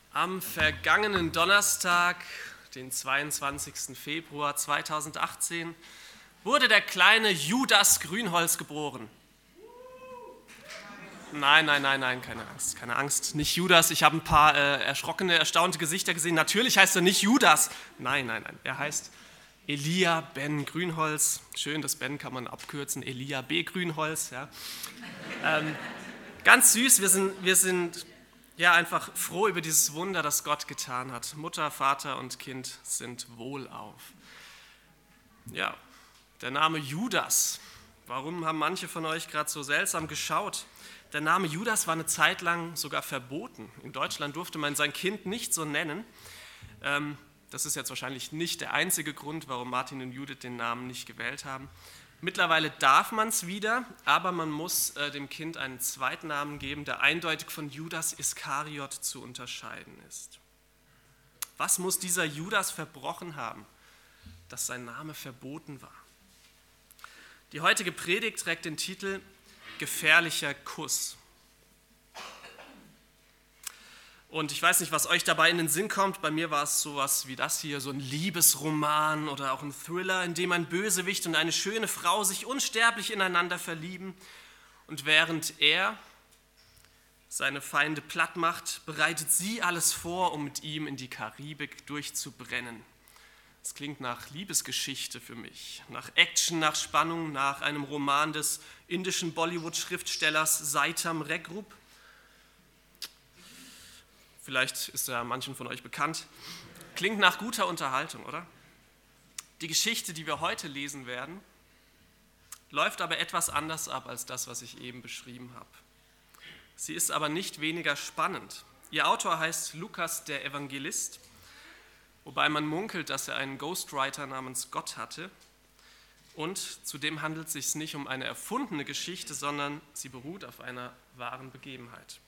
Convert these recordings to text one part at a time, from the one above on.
Am vergangenen Donnerstag, den 22. Februar 2018, wurde der kleine Judas Grünholz geboren. Nein, keine Angst, nicht Judas. Ich habe ein paar erschrockene, erstaunte Gesichter gesehen. Natürlich heißt er nicht Judas. Nein, er heißt Elia Ben Grünholz. Schön, das Ben kann man abkürzen, Elia B. Grünholz. Ja. Ganz süß, wir sind ja einfach froh über dieses Wunder, das Gott getan hat. Mutter, Vater und Kind sind wohlauf. Ja, der Name Judas. Warum haben manche von euch gerade so seltsam geschaut? Der Name Judas war eine Zeit lang sogar verboten. In Deutschland durfte man sein Kind nicht so nennen. Das ist jetzt wahrscheinlich nicht der einzige Grund, warum Martin und Judith den Namen nicht gewählt haben. Mittlerweile darf man es wieder, aber man muss dem Kind einen Zweitnamen geben, der eindeutig von Judas Iskariot zu unterscheiden ist. Was muss dieser Judas verbrochen haben, dass sein Name verboten war? Die heutige Predigt trägt den Titel Gefährlicher Kuss. Und ich weiß nicht, was euch dabei in den Sinn kommt. Bei mir war es sowas wie das hier, so ein Liebesroman oder auch ein Thriller, in dem ein Bösewicht und eine schöne Frau sich unsterblich ineinander verlieben. Und während er seine Feinde platt macht, bereitet sie alles vor, um mit ihm in die Karibik durchzubrennen. Das klingt nach Liebesgeschichte für mich, nach Action, nach Spannung, nach einem Roman des indischen Bollywood-Schriftstellers Saitam Regrup. Vielleicht ist er manchen von euch bekannt. Klingt nach guter Unterhaltung, oder? Die Geschichte, die wir heute lesen werden, läuft aber etwas anders ab als das, was ich eben beschrieben habe. Sie ist aber nicht weniger spannend. Ihr Autor heißt Lukas der Evangelist, wobei man munkelt, dass er einen Ghostwriter namens Gott hatte. Und zudem handelt es sich nicht um eine erfundene Geschichte, sondern sie beruht auf einer wahren Begebenheit.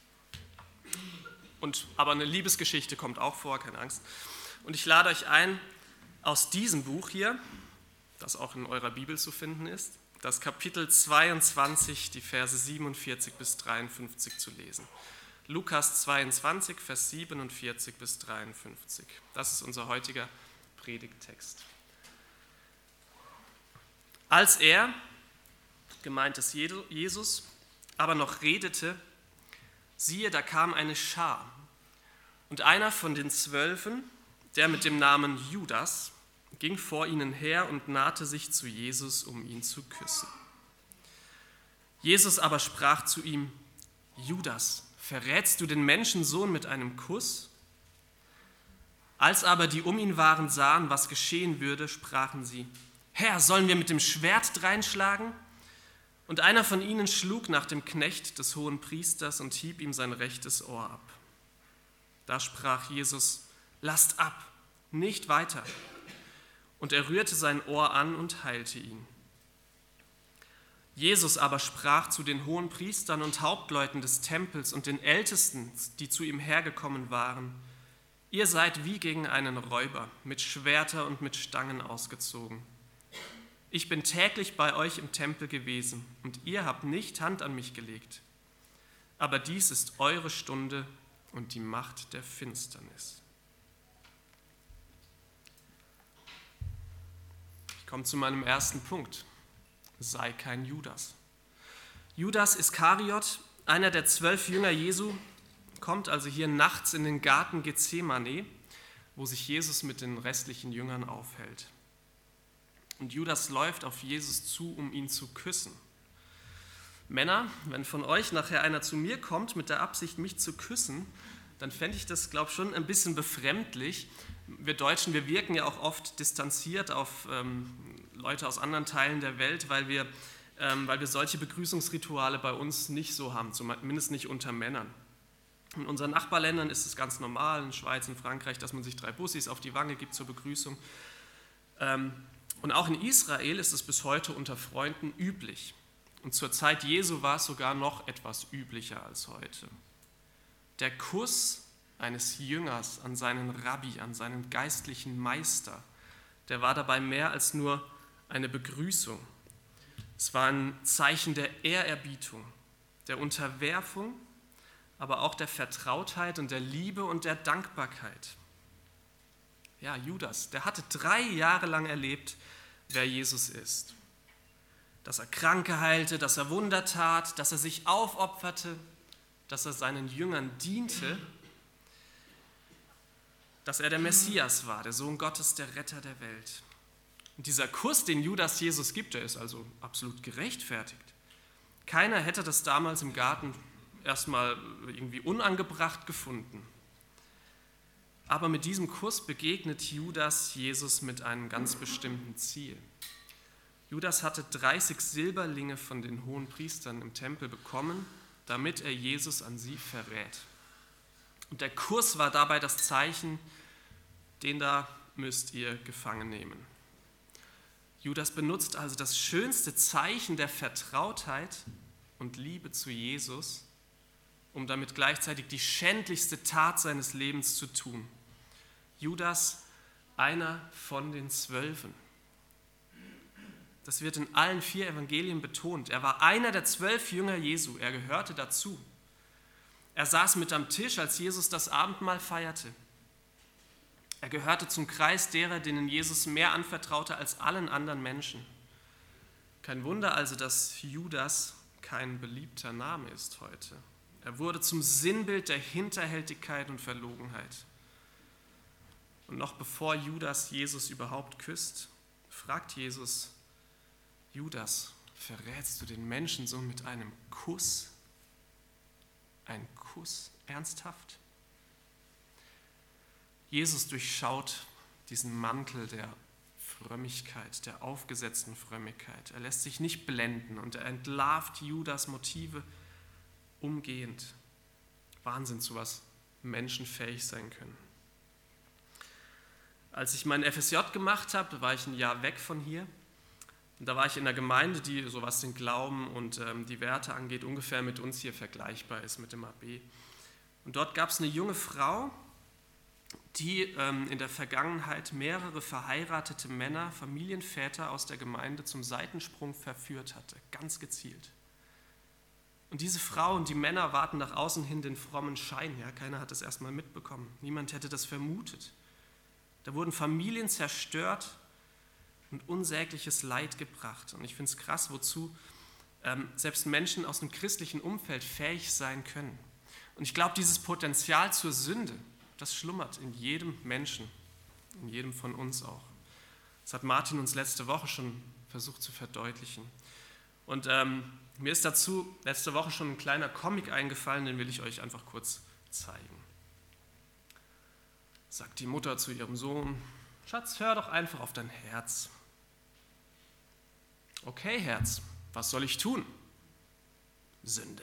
Aber eine Liebesgeschichte kommt auch vor, keine Angst. Und ich lade euch ein, aus diesem Buch hier, das auch in eurer Bibel zu finden ist, das Kapitel 22, die Verse 47 bis 53 zu lesen. Lukas 22, Vers 47 bis 53. Das ist unser heutiger Predigttext. Als er, gemeint ist Jesus, aber noch redete, siehe, da kam eine Schar. Und einer von den 12, der mit dem Namen Judas, ging vor ihnen her und nahte sich zu Jesus, um ihn zu küssen. Jesus aber sprach zu ihm, Judas, verrätst du den Menschensohn mit einem Kuss? Als aber die um ihn waren sahen, was geschehen würde, sprachen sie, Herr, sollen wir mit dem Schwert dreinschlagen? Und einer von ihnen schlug nach dem Knecht des Hohenpriesters und hieb ihm sein rechtes Ohr ab. Da sprach Jesus, lasst ab, nicht weiter. Und er rührte sein Ohr an und heilte ihn. Jesus aber sprach zu den Hohenpriestern und Hauptleuten des Tempels und den Ältesten, die zu ihm hergekommen waren, ihr seid wie gegen einen Räuber, mit Schwerter und mit Stangen ausgezogen. Ich bin täglich bei euch im Tempel gewesen und ihr habt nicht Hand an mich gelegt. Aber dies ist eure Stunde und die Macht der Finsternis. Ich komme zu meinem ersten Punkt. Sei kein Judas. Judas Iskariot, einer der 12 Jünger Jesu, kommt also hier nachts in den Garten Gethsemane, wo sich Jesus mit den restlichen Jüngern aufhält. Und Judas läuft auf Jesus zu, um ihn zu küssen. Männer, wenn von euch nachher einer zu mir kommt mit der Absicht, mich zu küssen, dann fände ich das, glaube ich, schon ein bisschen befremdlich. Wir Deutschen, wir wirken ja auch oft distanziert auf Leute aus anderen Teilen der Welt, weil wir solche Begrüßungsrituale bei uns nicht so haben, zumindest nicht unter Männern. In unseren Nachbarländern ist es ganz normal, in Schweiz, in Frankreich, dass man sich 3 Bussis auf die Wange gibt zur Begrüßung. Und auch in Israel ist es bis heute unter Freunden üblich. Und zur Zeit Jesu war es sogar noch etwas üblicher als heute. Der Kuss eines Jüngers an seinen Rabbi, an seinen geistlichen Meister, der war dabei mehr als nur eine Begrüßung. Es war ein Zeichen der Ehrerbietung, der Unterwerfung, aber auch der Vertrautheit und der Liebe und der Dankbarkeit. Ja, Judas, der hatte 3 Jahre lang erlebt, wer Jesus ist. Dass er Kranke heilte, dass er Wunder tat, dass er sich aufopferte, dass er seinen Jüngern diente, dass er der Messias war, der Sohn Gottes, der Retter der Welt. Und dieser Kuss, den Judas Jesus gibt, der ist also absolut gerechtfertigt. Keiner hätte das damals im Garten erstmal irgendwie unangebracht gefunden. Aber mit diesem Kuss begegnet Judas Jesus mit einem ganz bestimmten Ziel. Judas hatte 30 Silberlinge von den hohen Priestern im Tempel bekommen, damit er Jesus an sie verrät. Und der Kuss war dabei das Zeichen, den da müsst ihr gefangen nehmen. Judas benutzt also das schönste Zeichen der Vertrautheit und Liebe zu Jesus, um damit gleichzeitig die schändlichste Tat seines Lebens zu tun. Judas, einer von den 12. Das wird in allen 4 Evangelien betont. Er war einer der 12 Jünger Jesu. Er gehörte dazu. Er saß mit am Tisch, als Jesus das Abendmahl feierte. Er gehörte zum Kreis derer, denen Jesus mehr anvertraute als allen anderen Menschen. Kein Wunder also, dass Judas kein beliebter Name ist heute. Er wurde zum Sinnbild der Hinterhältigkeit und Verlogenheit. Und noch bevor Judas Jesus überhaupt küsst, fragt Jesus: Judas, verrätst du den Menschensohn mit einem Kuss? Ein Kuss? Ernsthaft? Jesus durchschaut diesen Mantel der Frömmigkeit, der aufgesetzten Frömmigkeit. Er lässt sich nicht blenden und er entlarvt Judas Motive umgehend. Wahnsinn, zu was Menschen fähig sein können. Als ich mein FSJ gemacht habe, da war ich ein Jahr weg von hier. Und da war ich in einer Gemeinde, die, so was den Glauben und die Werte angeht, ungefähr mit uns hier vergleichbar ist, mit dem AB. Und dort gab es eine junge Frau, die in der Vergangenheit mehrere verheiratete Männer, Familienväter aus der Gemeinde zum Seitensprung verführt hatte, ganz gezielt. Und diese Frau und die Männer warten nach außen hin den frommen Schein. Ja, keiner hat es erstmal mitbekommen. Niemand hätte das vermutet. Da wurden Familien zerstört und unsägliches Leid gebracht. Und ich finde es krass, wozu selbst Menschen aus einem christlichen Umfeld fähig sein können. Und ich glaube, dieses Potenzial zur Sünde, das schlummert in jedem Menschen, in jedem von uns auch. Das hat Martin uns letzte Woche schon versucht zu verdeutlichen. Und mir ist dazu letzte Woche schon ein kleiner Comic eingefallen, den will ich euch einfach kurz zeigen. Sagt die Mutter zu ihrem Sohn: Schatz, hör doch einfach auf dein Herz. Okay, Herz, was soll ich tun? Sünde.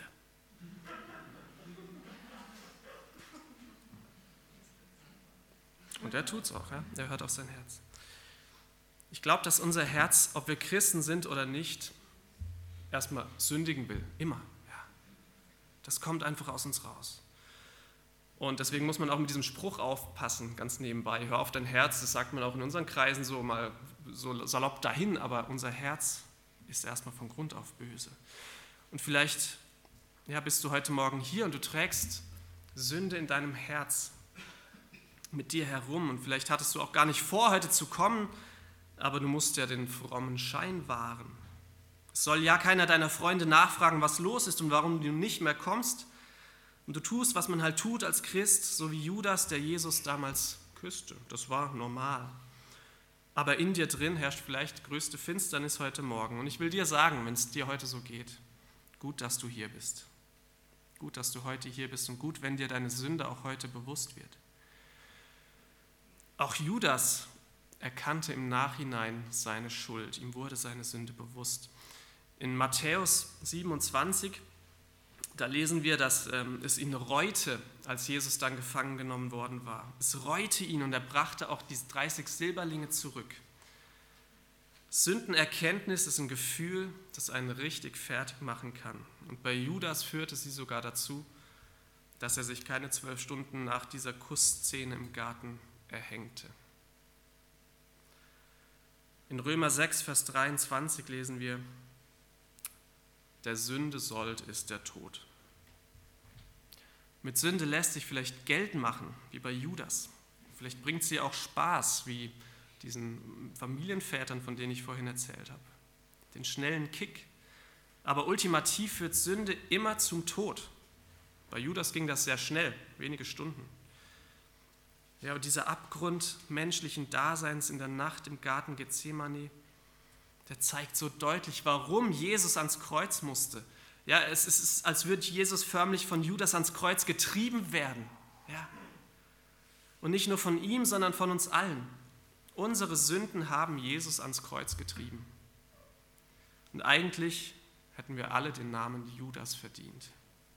Und er tut's auch, ja? Er hört auf sein Herz. Ich glaube, dass unser Herz, ob wir Christen sind oder nicht, erstmal sündigen will, immer. Ja. Das kommt einfach aus uns raus. Und deswegen muss man auch mit diesem Spruch aufpassen, ganz nebenbei. Hör auf dein Herz, das sagt man auch in unseren Kreisen so mal so salopp dahin, aber unser Herz ist erstmal von Grund auf böse. Und vielleicht bist du heute Morgen hier und du trägst Sünde in deinem Herz mit dir herum. Und vielleicht hattest du auch gar nicht vor, heute zu kommen, aber du musst ja den frommen Schein wahren. Es soll ja keiner deiner Freunde nachfragen, was los ist und warum du nicht mehr kommst. Und du tust, was man halt tut als Christ, so wie Judas, der Jesus damals küsste. Das war normal. Aber in dir drin herrscht vielleicht größte Finsternis heute Morgen. Und ich will dir sagen, wenn es dir heute so geht, gut, dass du hier bist. Gut, dass du heute hier bist und gut, wenn dir deine Sünde auch heute bewusst wird. Auch Judas erkannte im Nachhinein seine Schuld. Ihm wurde seine Sünde bewusst. In Matthäus 27, da lesen wir, dass es ihn reute, als Jesus dann gefangen genommen worden war. Es reute ihn und er brachte auch diese 30 Silberlinge zurück. Sündenerkenntnis ist ein Gefühl, das einen richtig fertig machen kann. Und bei Judas führte sie sogar dazu, dass er sich keine 12 Stunden nach dieser Kussszene im Garten erhängte. In Römer 6, Vers 23 lesen wir: Der Sünde Sold ist der Tod. Mit Sünde lässt sich vielleicht Geld machen, wie bei Judas. Vielleicht bringt sie auch Spaß, wie diesen Familienvätern, von denen ich vorhin erzählt habe. Den schnellen Kick. Aber ultimativ führt Sünde immer zum Tod. Bei Judas ging das sehr schnell, wenige Stunden. Ja, und dieser Abgrund menschlichen Daseins in der Nacht im Garten Gethsemane, der zeigt so deutlich, warum Jesus ans Kreuz musste. Ja, es ist, als würde Jesus förmlich von Judas ans Kreuz getrieben werden. Ja. Und nicht nur von ihm, sondern von uns allen. Unsere Sünden haben Jesus ans Kreuz getrieben. Und eigentlich hätten wir alle den Namen Judas verdient.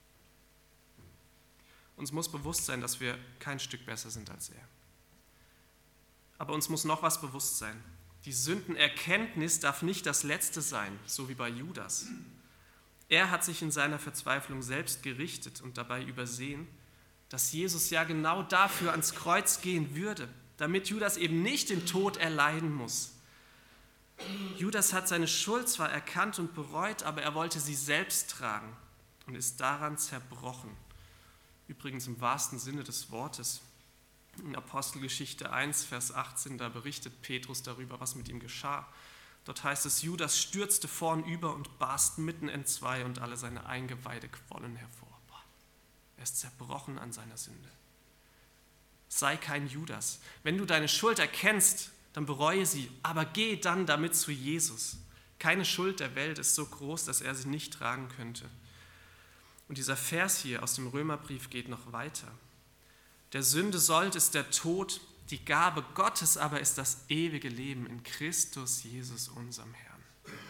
Uns muss bewusst sein, dass wir kein Stück besser sind als er. Aber uns muss noch was bewusst sein. Die Sündenerkenntnis darf nicht das Letzte sein, so wie bei Judas. Er hat sich in seiner Verzweiflung selbst gerichtet und dabei übersehen, dass Jesus ja genau dafür ans Kreuz gehen würde, damit Judas eben nicht den Tod erleiden muss. Judas hat seine Schuld zwar erkannt und bereut, aber er wollte sie selbst tragen und ist daran zerbrochen. Übrigens im wahrsten Sinne des Wortes. In Apostelgeschichte 1, Vers 18, da berichtet Petrus darüber, was mit ihm geschah. Dort heißt es, Judas stürzte vornüber und barst mitten entzwei und alle seine Eingeweide quollen hervor. Er ist zerbrochen an seiner Sünde. Sei kein Judas. Wenn du deine Schuld erkennst, dann bereue sie, aber geh dann damit zu Jesus. Keine Schuld der Welt ist so groß, dass er sie nicht tragen könnte. Und dieser Vers hier aus dem Römerbrief geht noch weiter. Der Sünde Sold ist der Tod, die Gabe Gottes aber ist das ewige Leben in Christus Jesus, unserem Herrn.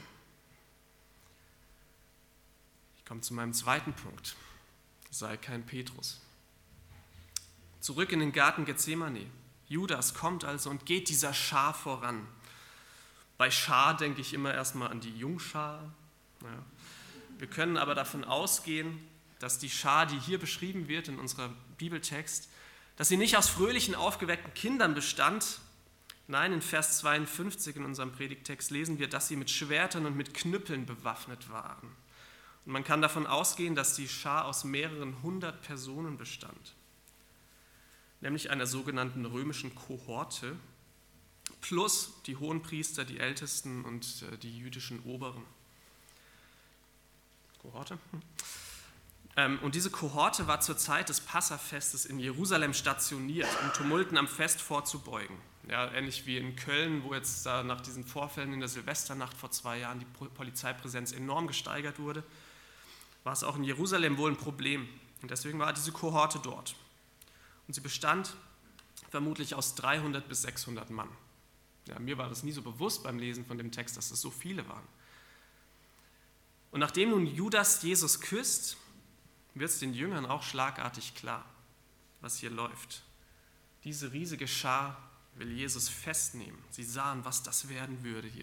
Ich komme zu meinem zweiten Punkt. Sei kein Petrus. Zurück in den Garten Gethsemane. Judas kommt also und geht dieser Schar voran. Bei Schar denke ich immer erstmal an die Jungschar. Ja. Wir können aber davon ausgehen, dass die Schar, die hier beschrieben wird in unserem Bibeltext, dass sie nicht aus fröhlichen, aufgeweckten Kindern bestand. Nein, in Vers 52 in unserem Predigtext lesen wir, dass sie mit Schwertern und mit Knüppeln bewaffnet waren. Und man kann davon ausgehen, dass die Schar aus mehreren hundert Personen bestand, nämlich einer sogenannten römischen Kohorte, plus die Hohenpriester, die Ältesten und die jüdischen Oberen. Kohorte? Und diese Kohorte war zur Zeit des Passafestes in Jerusalem stationiert, um Tumulten am Fest vorzubeugen. Ja, ähnlich wie in Köln, wo jetzt da nach diesen Vorfällen in der Silvesternacht vor 2 Jahren die Polizeipräsenz enorm gesteigert wurde, war es auch in Jerusalem wohl ein Problem. Und deswegen war diese Kohorte dort. Und sie bestand vermutlich aus 300 bis 600 Mann. Ja, mir war das nie so bewusst beim Lesen von dem Text, dass es so viele waren. Und nachdem nun Judas Jesus küsst, wird es den Jüngern auch schlagartig klar, was hier läuft. Diese riesige Schar will Jesus festnehmen. Sie sahen, was das werden würde hier.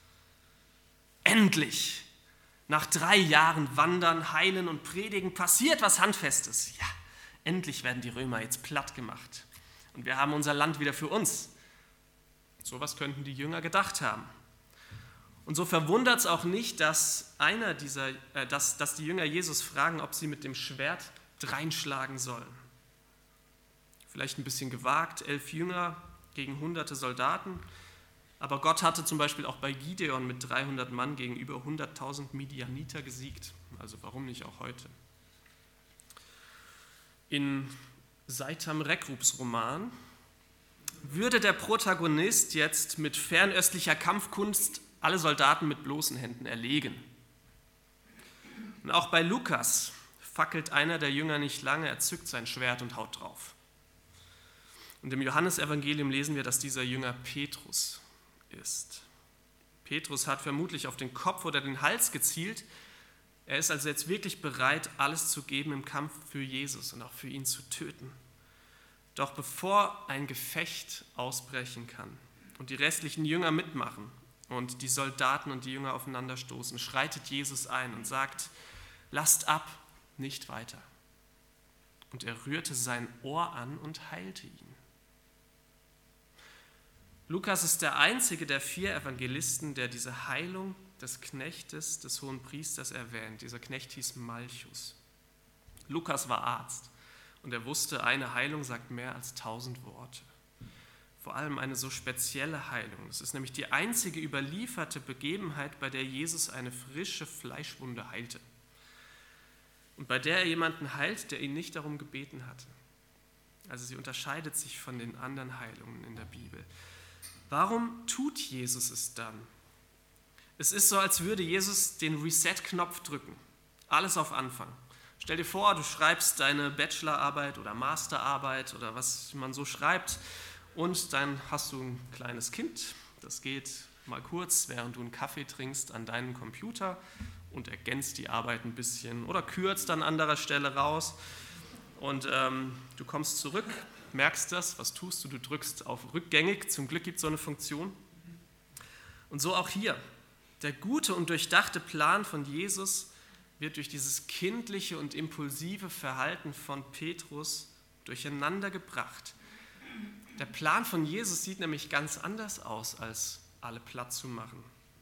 Endlich! Nach 3 Jahren Wandern, Heilen und Predigen passiert was Handfestes. Ja, endlich werden die Römer jetzt platt gemacht. Und wir haben unser Land wieder für uns. So was könnten die Jünger gedacht haben. Und so verwundert es auch nicht, dass die Jünger Jesus fragen, ob sie mit dem Schwert dreinschlagen sollen. Vielleicht ein bisschen gewagt, 11 Jünger gegen hunderte Soldaten. Aber Gott hatte zum Beispiel auch bei Gideon mit 300 Mann gegen über 100.000 Midianiter gesiegt. Also warum nicht auch heute? In Seitam Rekrups Roman würde der Protagonist jetzt mit fernöstlicher Kampfkunst alle Soldaten mit bloßen Händen erlegen. Und auch bei Lukas fackelt einer der Jünger nicht lange, er zückt sein Schwert und haut drauf. Und im Johannesevangelium lesen wir, dass dieser Jünger Petrus ist. Petrus hat vermutlich auf den Kopf oder den Hals gezielt. Er ist also jetzt wirklich bereit, alles zu geben im Kampf für Jesus und auch für ihn zu töten. Doch bevor ein Gefecht ausbrechen kann und die restlichen Jünger mitmachen und die Soldaten und die Jünger aufeinanderstoßen, schreitet Jesus ein und sagt, lasst ab, nicht weiter. Und er rührte sein Ohr an und heilte ihn. Lukas ist der einzige der 4 Evangelisten, der diese Heilung des Knechtes des Hohenpriesters erwähnt. Dieser Knecht hieß Malchus. Lukas war Arzt. Und er wusste, eine Heilung sagt mehr als 1000 Worte. Vor allem eine so spezielle Heilung. Es ist nämlich die einzige überlieferte Begebenheit, bei der Jesus eine frische Fleischwunde heilte. Und bei der er jemanden heilt, der ihn nicht darum gebeten hatte. Also sie unterscheidet sich von den anderen Heilungen in der Bibel. Warum tut Jesus es dann? Es ist so, als würde Jesus den Reset-Knopf drücken. Alles auf Anfang. Stell dir vor, du schreibst deine Bachelorarbeit oder Masterarbeit oder was man so schreibt und dann hast du ein kleines Kind, das geht mal kurz, während du einen Kaffee trinkst, an deinen Computer und ergänzt die Arbeit ein bisschen oder kürzt an anderer Stelle raus und du kommst zurück, merkst das, was tust du? Du drückst auf rückgängig, zum Glück gibt es so eine Funktion. Und so auch hier. Der gute und durchdachte Plan von Jesus wird durch dieses kindliche und impulsive Verhalten von Petrus durcheinander gebracht. Der Plan von Jesus sieht nämlich ganz anders aus, als alle platt zu machen.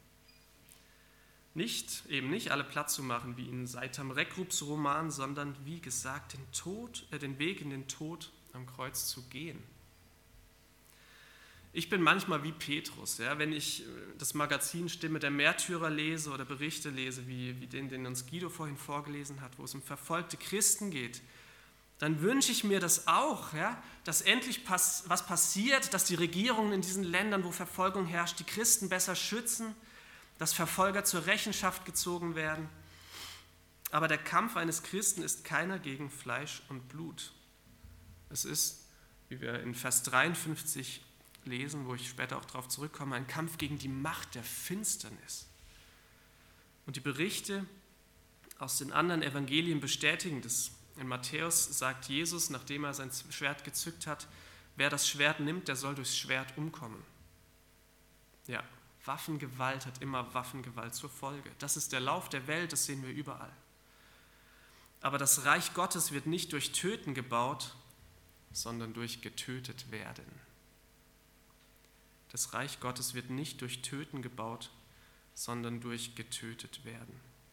Eben nicht alle platt zu machen, wie in Seitam Rekrups Roman, sondern wie gesagt, den Weg in den Tod am Kreuz zu gehen. Ich bin manchmal wie Petrus, ja, wenn ich das Magazin Stimme der Märtyrer lese oder Berichte lese, wie den uns Guido vorhin vorgelesen hat, wo es um verfolgte Christen geht, dann wünsche ich mir das auch, ja, dass endlich was passiert, dass die Regierungen in diesen Ländern, wo Verfolgung herrscht, die Christen besser schützen, dass Verfolger zur Rechenschaft gezogen werden. Aber der Kampf eines Christen ist keiner gegen Fleisch und Blut. Es ist, wie wir in Vers 53 lesen, wo ich später auch darauf zurückkomme, ein Kampf gegen die Macht der Finsternis. Und die Berichte aus den anderen Evangelien bestätigen das. In Matthäus sagt Jesus, nachdem er sein Schwert gezückt hat, wer das Schwert nimmt, der soll durchs Schwert umkommen. Ja, Waffengewalt hat immer Waffengewalt zur Folge. Das ist der Lauf der Welt, das sehen wir überall. Aber das Reich Gottes wird nicht durch Töten gebaut, sondern durch getötet werden. Das Reich Gottes wird nicht durch Töten gebaut, sondern durch getötet werden.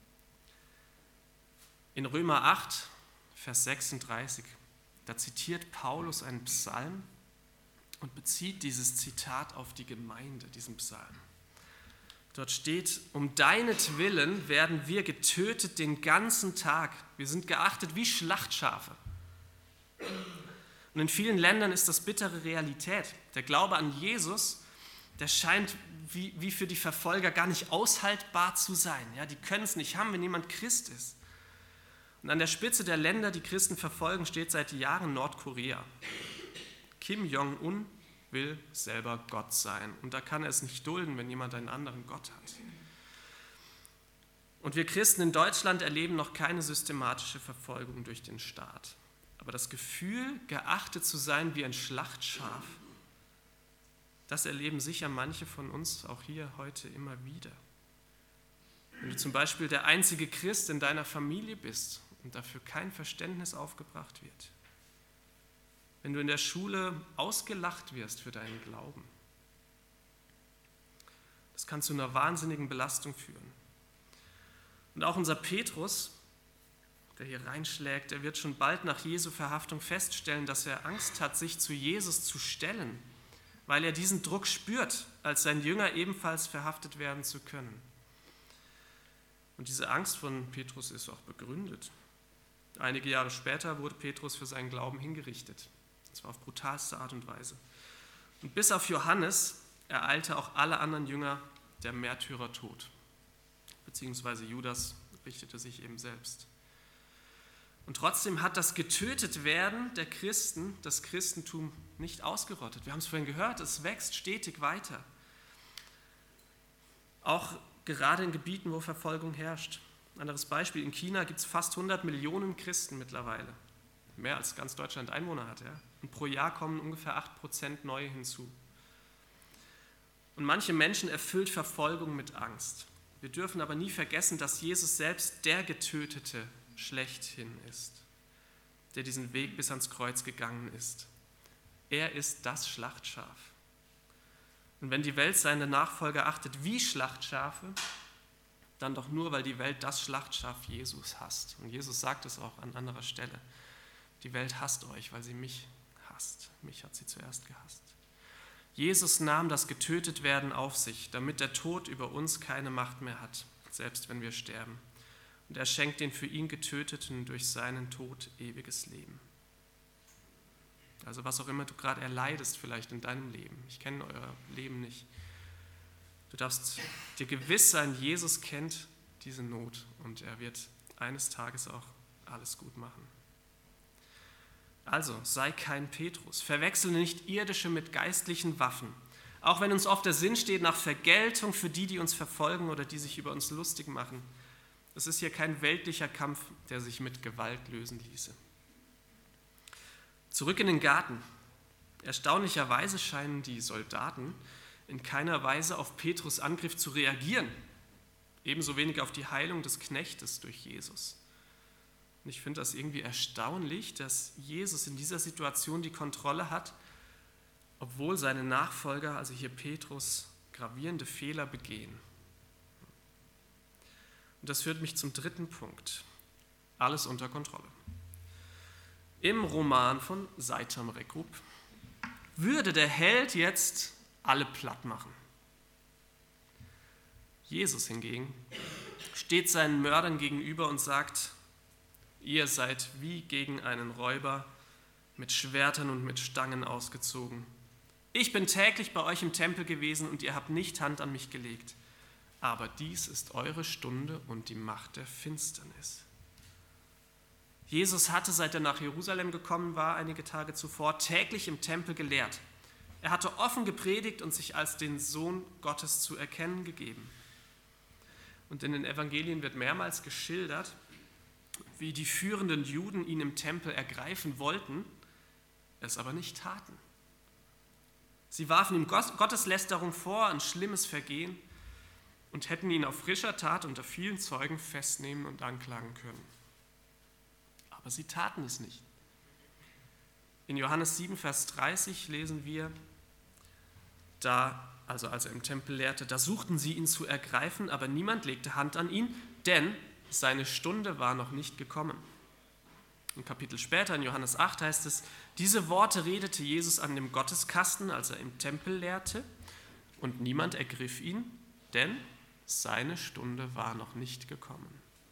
In Römer 8, Vers 36, da zitiert Paulus einen Psalm und bezieht dieses Zitat auf die Gemeinde, diesen Psalm. Dort steht, um deinetwillen werden wir getötet den ganzen Tag. Wir sind geachtet wie Schlachtschafe. Und in vielen Ländern ist das bittere Realität. Der Glaube an Jesus, der scheint wie für die Verfolger gar nicht aushaltbar zu sein. Ja, die können es nicht haben, wenn jemand Christ ist. Und an der Spitze der Länder, die Christen verfolgen, steht seit Jahren Nordkorea. Kim Jong-un will selber Gott sein. Und da kann er es nicht dulden, wenn jemand einen anderen Gott hat. Und wir Christen in Deutschland erleben noch keine systematische Verfolgung durch den Staat. Aber das Gefühl, geachtet zu sein wie ein Schlachtschaf, das erleben sicher manche von uns auch hier heute immer wieder. Wenn du zum Beispiel der einzige Christ in deiner Familie bist und dafür kein Verständnis aufgebracht wird. Wenn du in der Schule ausgelacht wirst für deinen Glauben. Das kann zu einer wahnsinnigen Belastung führen. Und auch unser Petrus, der hier reinschlägt, der wird schon bald nach Jesu Verhaftung feststellen, dass er Angst hat, sich zu Jesus zu stellen, weil er diesen Druck spürt, als sein Jünger ebenfalls verhaftet werden zu können. Und diese Angst von Petrus ist auch begründet. Einige Jahre später wurde Petrus für seinen Glauben hingerichtet. Das war auf brutalste Art und Weise. Und bis auf Johannes ereilte auch alle anderen Jünger der Märtyrertod. Beziehungsweise Judas richtete sich eben selbst. Und trotzdem hat das Getötetwerden der Christen das Christentum nicht ausgerottet. Wir haben es vorhin gehört, es wächst stetig weiter. Auch gerade in Gebieten, wo Verfolgung herrscht. Anderes Beispiel, in China gibt es fast 100 Millionen Christen mittlerweile. Mehr als ganz Deutschland Einwohner hat. Ja? Und pro Jahr kommen ungefähr 8% neue hinzu. Und manche Menschen erfüllt Verfolgung mit Angst. Wir dürfen aber nie vergessen, dass Jesus selbst der Getötete schlechthin ist, der diesen Weg bis ans Kreuz gegangen ist. Er ist das Schlachtschaf. Und wenn die Welt seine Nachfolger achtet wie Schlachtschafe, dann doch nur, weil die Welt das Schlachtschaf Jesus hasst. Und Jesus sagt es auch an anderer Stelle. Die Welt hasst euch, weil sie mich hasst. Mich hat sie zuerst gehasst. Jesus nahm das Getötetwerden auf sich, damit der Tod über uns keine Macht mehr hat, selbst wenn wir sterben. Und er schenkt den für ihn Getöteten durch seinen Tod ewiges Leben. Also was auch immer du gerade erleidest vielleicht in deinem Leben. Ich kenne euer Leben nicht. Du darfst dir gewiss sein, Jesus kennt diese Not und er wird eines Tages auch alles gut machen. Also sei kein Petrus. Verwechsel nicht irdische mit geistlichen Waffen. Auch wenn uns oft der Sinn steht nach Vergeltung für die uns verfolgen oder die sich über uns lustig machen. Es ist hier kein weltlicher Kampf, der sich mit Gewalt lösen ließe. Zurück in den Garten. Erstaunlicherweise scheinen die Soldaten in keiner Weise auf Petrus' Angriff zu reagieren. Ebenso wenig auf die Heilung des Knechtes durch Jesus. Und ich finde das irgendwie erstaunlich, dass Jesus in dieser Situation die Kontrolle hat, obwohl seine Nachfolger, also hier Petrus, gravierende Fehler begehen. Und das führt mich zum dritten Punkt. Alles unter Kontrolle. Im Roman von Seitam Rekub würde der Held jetzt alle platt machen. Jesus hingegen steht seinen Mördern gegenüber und sagt, ihr seid wie gegen einen Räuber mit Schwertern und mit Stangen ausgezogen. Ich bin täglich bei euch im Tempel gewesen und ihr habt nicht Hand an mich gelegt. Aber dies ist eure Stunde und die Macht der Finsternis. Jesus hatte, seit er nach Jerusalem gekommen war, einige Tage zuvor, täglich im Tempel gelehrt. Er hatte offen gepredigt und sich als den Sohn Gottes zu erkennen gegeben. Und in den Evangelien wird mehrmals geschildert, wie die führenden Juden ihn im Tempel ergreifen wollten, es aber nicht taten. Sie warfen ihm Gotteslästerung vor, ein schlimmes Vergehen, und hätten ihn auf frischer Tat unter vielen Zeugen festnehmen und anklagen können. Aber sie taten es nicht. In Johannes 7, Vers 30 lesen wir, als er im Tempel lehrte, da suchten sie ihn zu ergreifen, aber niemand legte Hand an ihn, denn seine Stunde war noch nicht gekommen. Ein Kapitel später, in Johannes 8, heißt es, diese Worte redete Jesus an dem Gotteskasten, als er im Tempel lehrte, und niemand ergriff ihn, denn seine Stunde war noch nicht gekommen.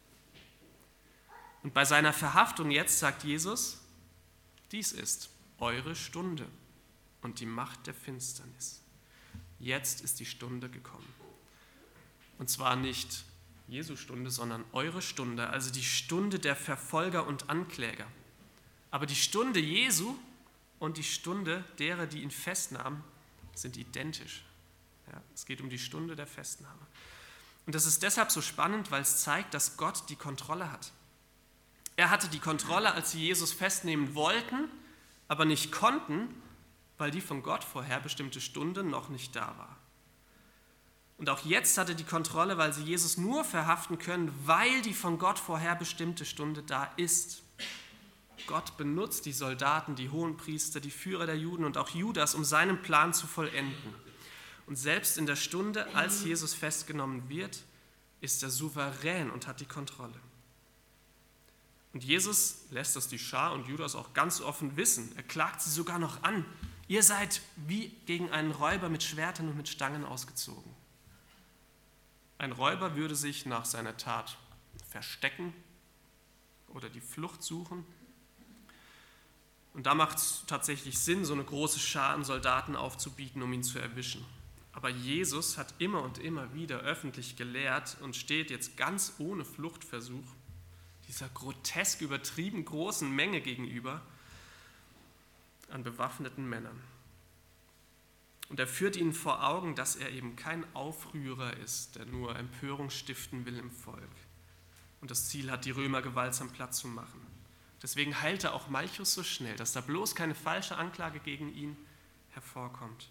Und bei seiner Verhaftung jetzt sagt Jesus, dies ist eure Stunde und die Macht der Finsternis. Jetzt ist die Stunde gekommen. Und zwar nicht Jesu Stunde, sondern eure Stunde, also die Stunde der Verfolger und Ankläger. Aber die Stunde Jesu und die Stunde derer, die ihn festnahmen, sind identisch. Ja, es geht um die Stunde der Festnahme. Und das ist deshalb so spannend, weil es zeigt, dass Gott die Kontrolle hat. Er hatte die Kontrolle, als sie Jesus festnehmen wollten, aber nicht konnten, weil die von Gott vorherbestimmte Stunde noch nicht da war. Und auch jetzt hat er die Kontrolle, weil sie Jesus nur verhaften können, weil die von Gott vorherbestimmte Stunde da ist. Gott benutzt die Soldaten, die Hohenpriester, die Führer der Juden und auch Judas, um seinen Plan zu vollenden. Und selbst in der Stunde, als Jesus festgenommen wird, ist er souverän und hat die Kontrolle. Und Jesus lässt das die Schar und Judas auch ganz offen wissen. Er klagt sie sogar noch an. Ihr seid wie gegen einen Räuber mit Schwertern und mit Stangen ausgezogen. Ein Räuber würde sich nach seiner Tat verstecken oder die Flucht suchen. Und da macht es tatsächlich Sinn, so eine große Schar an Soldaten aufzubieten, um ihn zu erwischen. Aber Jesus hat immer und immer wieder öffentlich gelehrt und steht jetzt ganz ohne Fluchtversuch dieser grotesk übertrieben großen Menge gegenüber an bewaffneten Männern. Und er führt ihnen vor Augen, dass er eben kein Aufrührer ist, der nur Empörung stiften will im Volk und das Ziel hat, die Römer gewaltsam platt zu machen. Deswegen heilt er auch Malchus so schnell, dass da bloß keine falsche Anklage gegen ihn hervorkommt.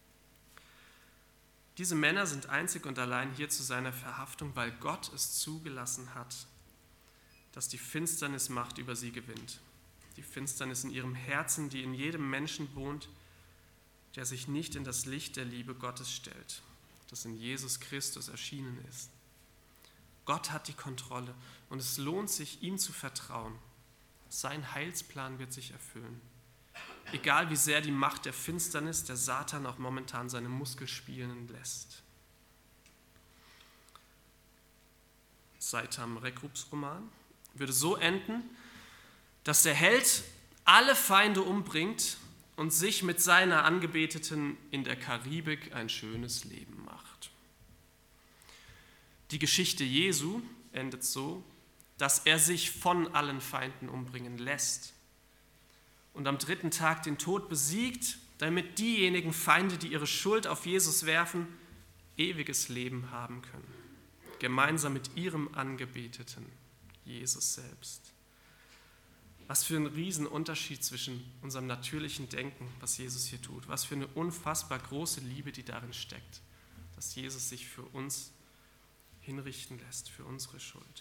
Diese Männer sind einzig und allein hier zu seiner Verhaftung, weil Gott es zugelassen hat, dass die Finsternis Macht über sie gewinnt. Die Finsternis in ihrem Herzen, die in jedem Menschen wohnt, der sich nicht in das Licht der Liebe Gottes stellt, das in Jesus Christus erschienen ist. Gott hat die Kontrolle und es lohnt sich, ihm zu vertrauen. Sein Heilsplan wird sich erfüllen. Egal wie sehr die Macht der Finsternis, der Satan auch momentan seine Muskel spielen lässt. Seitam Rekrups Roman würde so enden, dass der Held alle Feinde umbringt und sich mit seiner Angebeteten in der Karibik ein schönes Leben macht. Die Geschichte Jesu endet so, dass er sich von allen Feinden umbringen lässt und am 3. Tag den Tod besiegt, damit diejenigen Feinde, die ihre Schuld auf Jesus werfen, ewiges Leben haben können, gemeinsam mit ihrem Angebeteten, Jesus selbst. Was für ein Riesenunterschied zwischen unserem natürlichen Denken, was Jesus hier tut. Was für eine unfassbar große Liebe, die darin steckt, dass Jesus sich für uns hinrichten lässt, für unsere Schuld.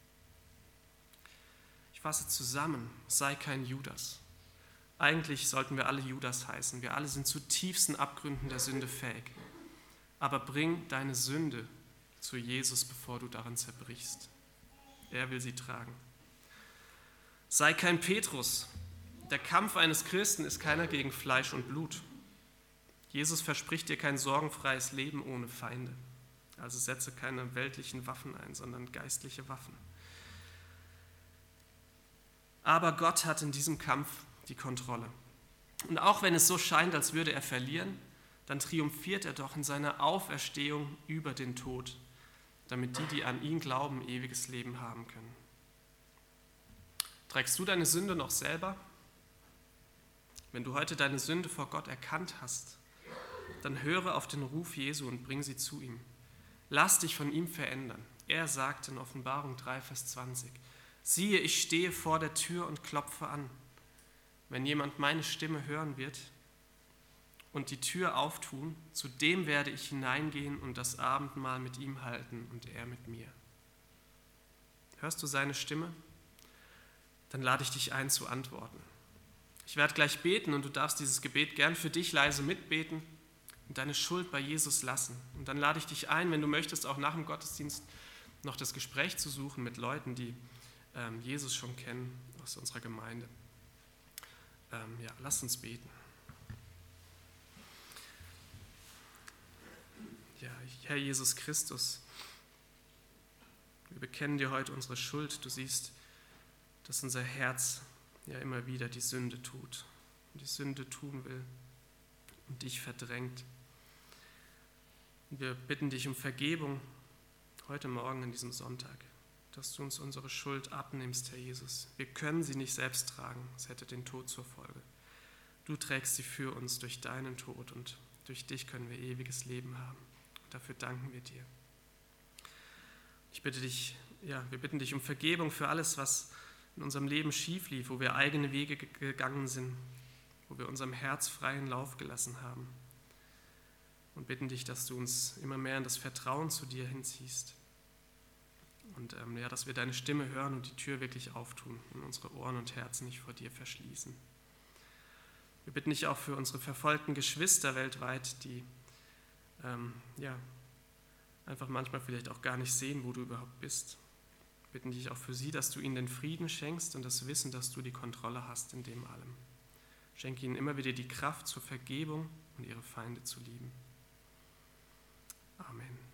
Ich fasse zusammen, sei kein Judas. Eigentlich sollten wir alle Judas heißen. Wir alle sind zu tiefsten Abgründen der Sünde fähig. Aber bring deine Sünde zu Jesus, bevor du daran zerbrichst. Er will sie tragen. Sei kein Petrus. Der Kampf eines Christen ist keiner gegen Fleisch und Blut. Jesus verspricht dir kein sorgenfreies Leben ohne Feinde. Also setze keine weltlichen Waffen ein, sondern geistliche Waffen. Aber Gott hat in diesem Kampf die Kontrolle. Und auch wenn es so scheint, als würde er verlieren, dann triumphiert er doch in seiner Auferstehung über den Tod, damit die an ihn glauben, ewiges Leben haben können. Trägst du deine Sünde noch selber? Wenn du heute deine Sünde vor Gott erkannt hast, dann höre auf den Ruf Jesu und bring sie zu ihm. Lass dich von ihm verändern. Er sagt in Offenbarung 3, Vers 20, siehe, ich stehe vor der Tür und klopfe an. Wenn jemand meine Stimme hören wird und die Tür auftun, zu dem werde ich hineingehen und das Abendmahl mit ihm halten und er mit mir. Hörst du seine Stimme? Dann lade ich dich ein zu antworten. Ich werde gleich beten und du darfst dieses Gebet gern für dich leise mitbeten und deine Schuld bei Jesus lassen. Und dann lade ich dich ein, wenn du möchtest, auch nach dem Gottesdienst noch das Gespräch zu suchen mit Leuten, die Jesus schon kennen aus unserer Gemeinde. Lasst uns beten. Ja, Herr Jesus Christus, wir bekennen dir heute unsere Schuld. Du siehst, dass unser Herz ja immer wieder die Sünde tut und die Sünde tun will und dich verdrängt. Und wir bitten dich um Vergebung heute Morgen an diesem Sonntag, dass du uns unsere Schuld abnimmst, Herr Jesus. Wir können sie nicht selbst tragen, es hätte den Tod zur Folge. Du trägst sie für uns durch deinen Tod und durch dich können wir ewiges Leben haben. Und dafür danken wir dir. Wir bitten dich um Vergebung für alles, was in unserem Leben schief lief, wo wir eigene Wege gegangen sind, wo wir unserem Herz freien Lauf gelassen haben. Und bitten dich, dass du uns immer mehr in das Vertrauen zu dir hinziehst. Und dass wir deine Stimme hören und die Tür wirklich auftun und unsere Ohren und Herzen nicht vor dir verschließen. Wir bitten dich auch für unsere verfolgten Geschwister weltweit, die einfach manchmal vielleicht auch gar nicht sehen, wo du überhaupt bist. Wir bitten dich auch für sie, dass du ihnen den Frieden schenkst und das Wissen, dass du die Kontrolle hast in dem allem. Schenke ihnen immer wieder die Kraft zur Vergebung und ihre Feinde zu lieben. Amen.